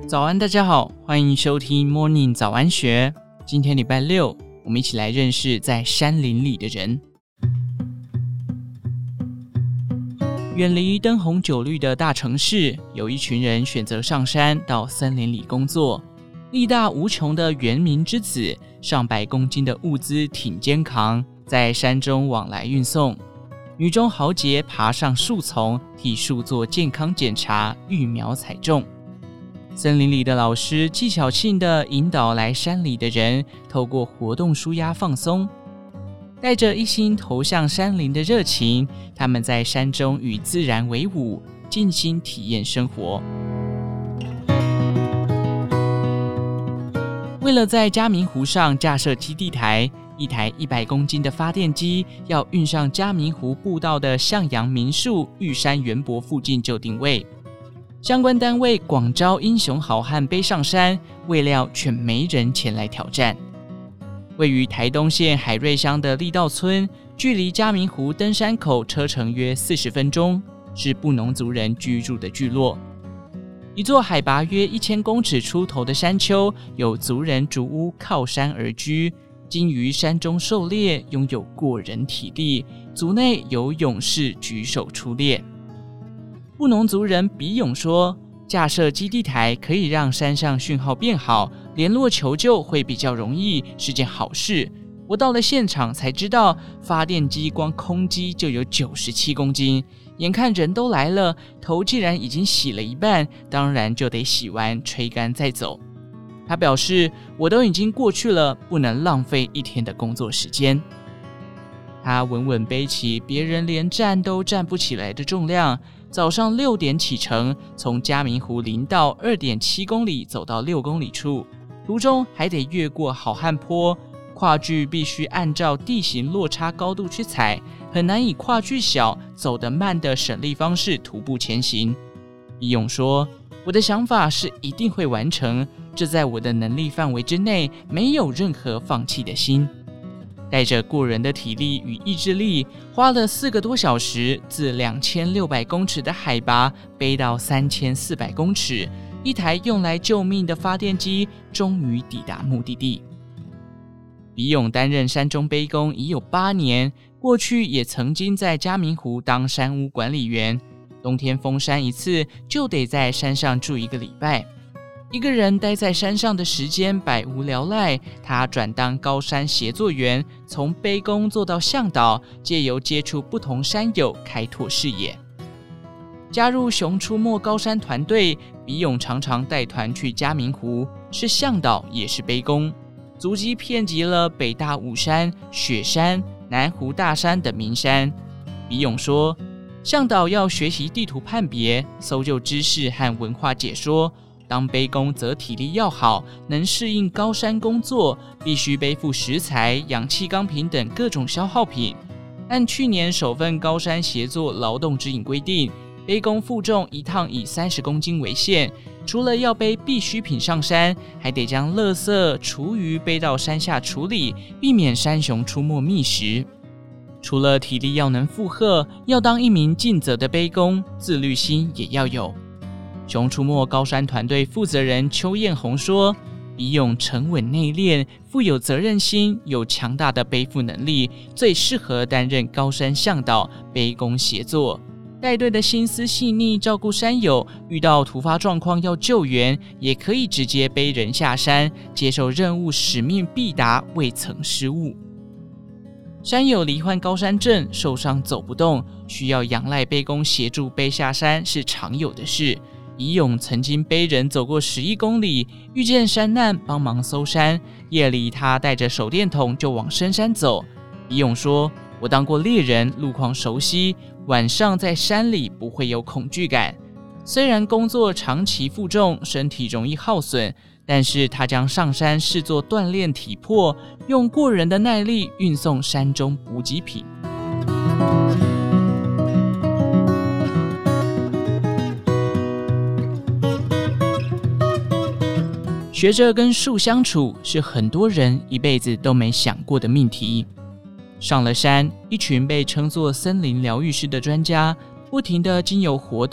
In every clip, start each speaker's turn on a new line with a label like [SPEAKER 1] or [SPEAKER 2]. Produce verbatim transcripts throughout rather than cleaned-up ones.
[SPEAKER 1] 早安，大家好，欢迎收听 Morning 早安学。今天礼拜六，我们一起来认识在山林里的人。远离灯红酒绿的大城市，有一群人选择上山到森林里工作。力大无穷的原民之子，上百公斤的物资挺肩扛，在山中往来运送。女中豪杰爬上树丛，替树做健康检查、育苗采种。森林里的老师技巧性地引导来山里的人，透过活动抒压放松，带着一心投向山林的热情，他们在山中与自然为伍，静心体验生活。为了在嘉明湖上架设基地台，一台一百公斤的发电机要运上嘉明湖步道的向阳民宿玉山园博附近就定位。相关单位广招英雄好汉背上山，未料却没人前来挑战。位于台东县海瑞乡的力道村，距离嘉明湖登山口车程约四十分钟，是布农族人居住的聚落。一座海拔约一千公尺出头的山丘，有族人竹屋靠山而居，精于山中狩猎，拥有过人体力，族内有勇士举手出猎。布农族人比勇说，架设基地台可以让山上讯号变好，联络求救会比较容易，是件好事。我到了现场才知道，发电机光空机就有九十七公斤，眼看人都来了，头既然已经洗了一半，当然就得洗完吹干再走。他表示，我都已经过去了，不能浪费一天的工作时间。他稳稳背起别人连站都站不起来的重量，早上六点启程，从嘉明湖林道 二点七公里走到六公里处，途中还得越过好汉坡，跨距必须按照地形落差高度去踩，很难以跨距小、走得慢的省力方式徒步前行。比勇说，我的想法是一定会完成，这在我的能力范围之内，没有任何放弃的心。带着过人的体力与意志力，花了四个多小时，自两千六百公尺的海拔背到三千四百公尺，一台用来救命的发电机终于抵达目的地。比勇担任山中背工已有八年，过去也曾经在嘉明湖当山屋管理员，冬天封山一次就得在山上住一个礼拜。一个人待在山上的时间百无聊赖，他转当高山协作员，从背工做到向导，借由接触不同山友开拓视野。加入熊出没高山团队，比勇常常带团去嘉明湖，是向导也是背工，足迹遍及了北大武山、雪山、南湖大山等名山。比勇说，向导要学习地图判别、搜救知识和文化解说，当背工则体力要好，能适应高山工作，必须背负食材、氧气钢瓶等各种消耗品。按去年首份高山协作劳动指引规定，背工负重一趟以三十公斤为限，除了要背必需品上山，还得将垃圾、厨余背到山下处理，避免山熊出没觅食。除了体力要能负荷，要当一名尽责的背工，自律心也要有。熊出没高山团队负责人邱彦宏说，比勇沉稳内敛，富有责任心，有强大的背负能力，最适合担任高山向导、背工协作。带队的心思细腻，照顾山友，遇到突发状况要救援，也可以直接背人下山，接受任务，使命必达，未曾失误。山友罹患高山症，受伤走不动，需要仰赖背工协助背下山，是常有的事。比勇曾经背人走过十一公里，遇见山难帮忙搜山，夜里他带着手电筒就往深山走。比勇说，我当过猎人，路况熟悉，晚上在山里不会有恐惧感。虽然工作长期负重，身体容易耗损，但是他将上山视作锻炼体魄，用过人的耐力运送山中补给品。学着跟树相处，是很多人一辈子都没想过的命题。上了山，一群被称作森林疗愈师的专家，不停地经由活动、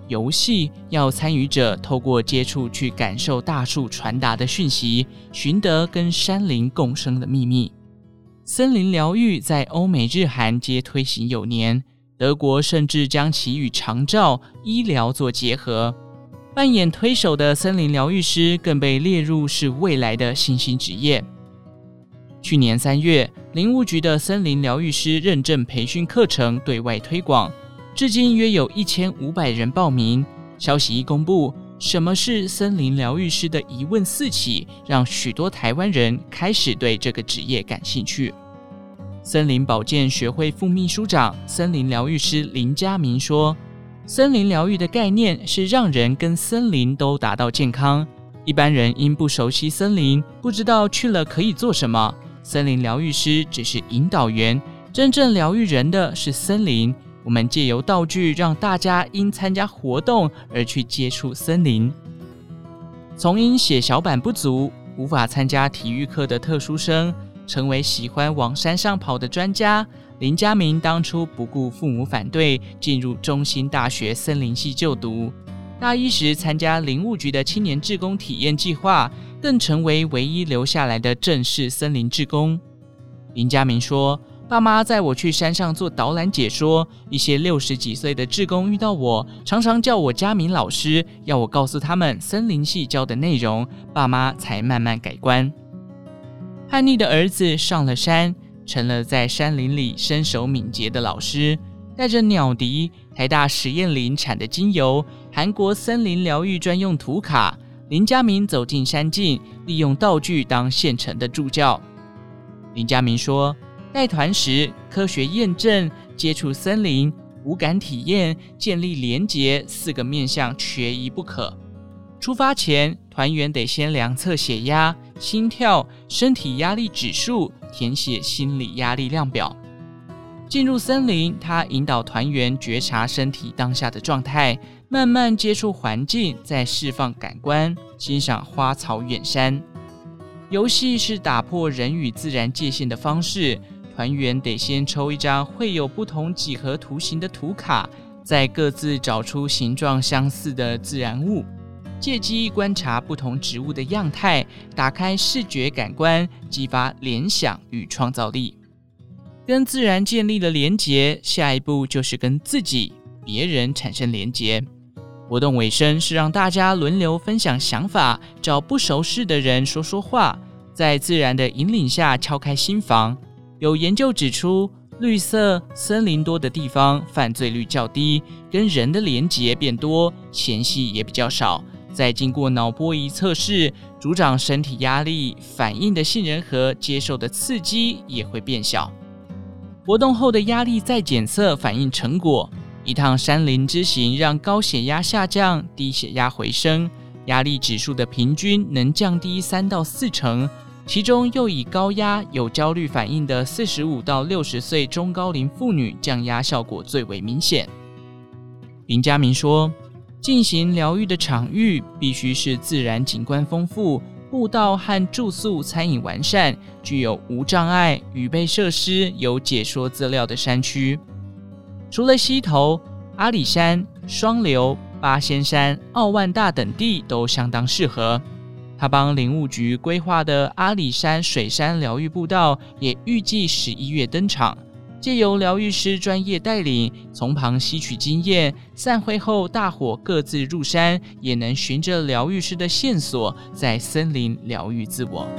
[SPEAKER 1] 游戏，要参与者透过接触去感受大树传达的讯息，寻得跟山林共生的秘密。森林疗愈在欧美日韩皆推行有年，德国甚至将其与长照、医疗做结合。扮演推手的森林疗愈师更被列入是未来的新兴职业。去年三月，林务局的森林疗愈师认证培训课程对外推广，至今约有一千五百人报名。消息一公布，什么是森林疗愈师的疑问四起，让许多台湾人开始对这个职业感兴趣。森林保健学会副秘书长、森林疗愈师林家明说，森林疗愈的概念是让人跟森林都达到健康。一般人因不熟悉森林，不知道去了可以做什么，森林疗愈师只是引导员，真正疗愈人的是森林。我们借由道具让大家因参加活动而去接触森林。从因血小板不足无法参加体育课的特殊生，成为喜欢往山上跑的专家，林家明当初不顾父母反对，进入中兴大学森林系就读。大一时参加林务局的青年志工体验计划，更成为唯一留下来的正式森林志工。林家明说，爸妈在我去山上做导览解说，一些六十几岁的志工遇到我，常常叫我家明老师，要我告诉他们森林系教的内容，爸妈才慢慢改观。叛逆的儿子上了山，成了在山林里身手敏捷的老师，带着鸟笛、台大实验林产的精油、韩国森林疗愈专用图卡，林家明走进山径，利用道具当现成的助教。林家明说，带团时科学验证、接触森林、无感体验、建立连结四个面向缺一不可。出发前，团员得先量测血压、心跳、身体压力指数，填写心理压力量表。进入森林，他引导团员觉察身体当下的状态，慢慢接触环境，再释放感官，欣赏花草远山。游戏是打破人与自然界限的方式，团员得先抽一张绘有不同几何图形的图卡，再各自找出形状相似的自然物，借机观察不同植物的样态，打开视觉感官，激发联想与创造力。跟自然建立了连结，下一步就是跟自己、别人产生连结。活动尾声是让大家轮流分享想法，找不熟识的人说说话，在自然的引领下敲开心房。有研究指出，绿色森林多的地方犯罪率较低，跟人的连结变多，嫌隙也比较少。再经过脑波仪测试，组长身体压力反应的杏仁核接受的刺激也会变小。活动后的压力再检测反映成果，一趟山林之行让高血压下降，低血压回升，压力指数的平均能降低三到四成，其中又以高压有焦虑反应的四十五到六十岁中高龄妇女降压效果最为明显。林家明说，进行疗愈的场域必须是自然景观丰富、步道和住宿餐饮完善、具有无障碍、预备设施、有解说资料的山区。除了溪头、阿里山、双流、八仙山、奥万大等地都相当适合。他帮林务局规划的阿里山水山疗愈步道也预计十一月登场，借由疗愈师专业带领，从旁吸取经验，散会后大伙各自入山，也能循着疗愈师的线索，在森林疗愈自我。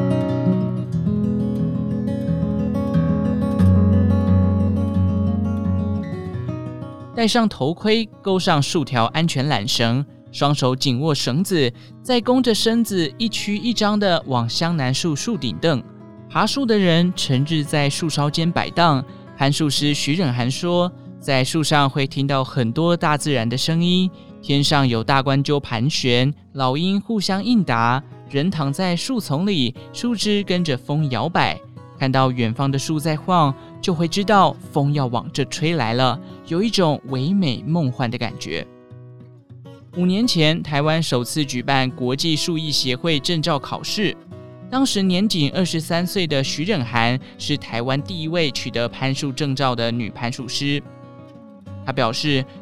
[SPEAKER 1] 戴上头盔，勾上数条安全缆绳，双手紧握绳子，再弓着身子一曲一张地往香楠树树顶蹬。爬树的人成日在树梢间摆荡。攀树师徐忍涵说，在树上会听到很多大自然的声音，天上有大冠鸠盘旋，老鹰互相应答，人躺在树丛里，树枝跟着风摇摆。看到远方的树在晃，就会知道风要往这吹来了，有一种唯美梦幻的感觉。五年前，台湾首次举办国际树艺协会证照考试，当时年仅二十三岁的徐忍涵是台湾第一位取得攀树证照的女攀树师。她表示，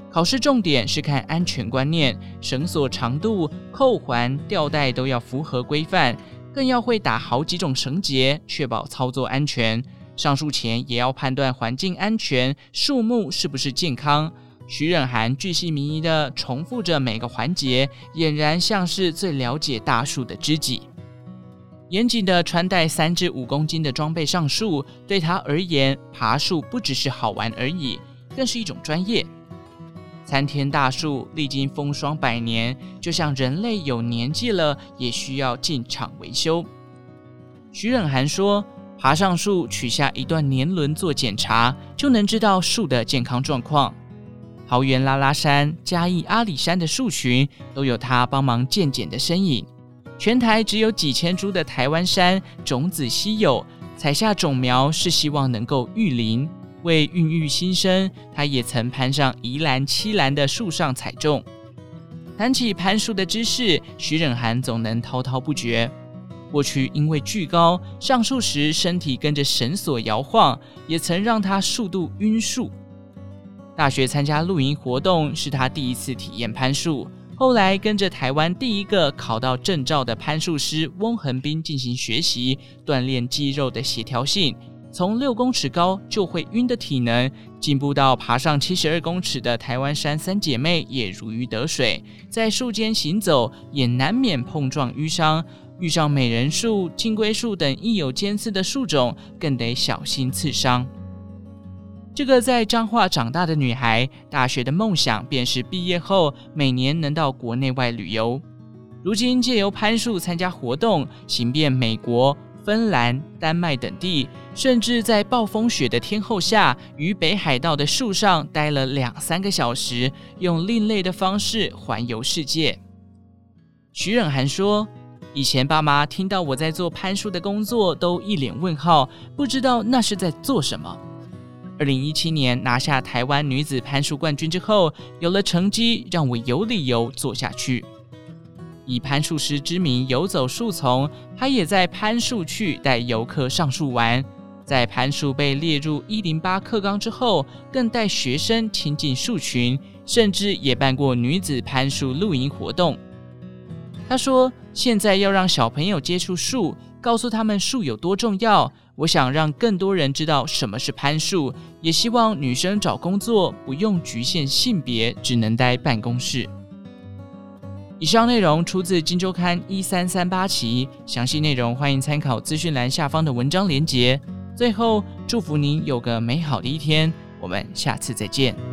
[SPEAKER 1] 考试重点是看安全观念，绳索长度、扣环、吊带都要符合规范，更要会打好几种绳结，确保操作安全。上树前也要判断环境安全，树木是不是健康。徐忍涵巨细靡遗地重复着每个环节，俨然像是最了解大树的知己。严谨的穿戴三至五公斤的装备上树，对他而言，爬树不只是好玩而已，更是一种专业。参天大树历经风霜百年，就像人类有年纪了，也需要进场维修。徐忍涵说，爬上树取下一段年轮做检查，就能知道树的健康状况。桃园拉拉山、嘉义阿里山的树群都有他帮忙健检的身影。全台只有几千株的台湾杉种子稀有，采下种苗是希望能够育林。为孕育新生，他也曾攀上宜兰七兰的树上采种。谈起攀树的知识，徐忍涵总能滔滔不绝。过去因为巨高，上树时身体跟着绳索摇晃，也曾让他数度晕树。大学参加露营活动是他第一次体验攀树，后来跟着台湾第一个考到证照的攀树师翁恒斌进行学习，锻炼肌肉的协调性。从六公尺高就会晕的体能，进步到爬上七十二公尺的台湾山三姐妹也如鱼得水，在树间行走也难免碰撞淤伤，遇上美人树、金龟树等易有尖刺的树种，更得小心刺伤。这个在彰化长大的女孩，大学的梦想便是毕业后每年能到国内外旅游。如今借由攀树参加活动，行遍美国、芬兰、丹麦等地，甚至在暴风雪的天候下，于北海道的树上待了两三个小时，用另类的方式环游世界。徐忍涵说，以前爸妈听到我在做攀树的工作，都一脸问号，不知道那是在做什么。二零一七年拿下台湾女子攀树冠军之后，有了成绩，让我有理由做下去。以攀树师之名游走树丛，他也在攀树区带游客上树玩。在攀树被列入一零八课纲之后，更带学生亲近树群，甚至也办过女子攀树露营活动。他说，现在要让小朋友接触树，告诉他们树有多重要。我想让更多人知道什么是攀树，也希望女生找工作不用局限性别，只能待办公室。以上内容出自《今周刊》一三三八期，详细内容欢迎参考资讯栏下方的文章连结。最后，祝福您有个美好的一天，我们下次再见。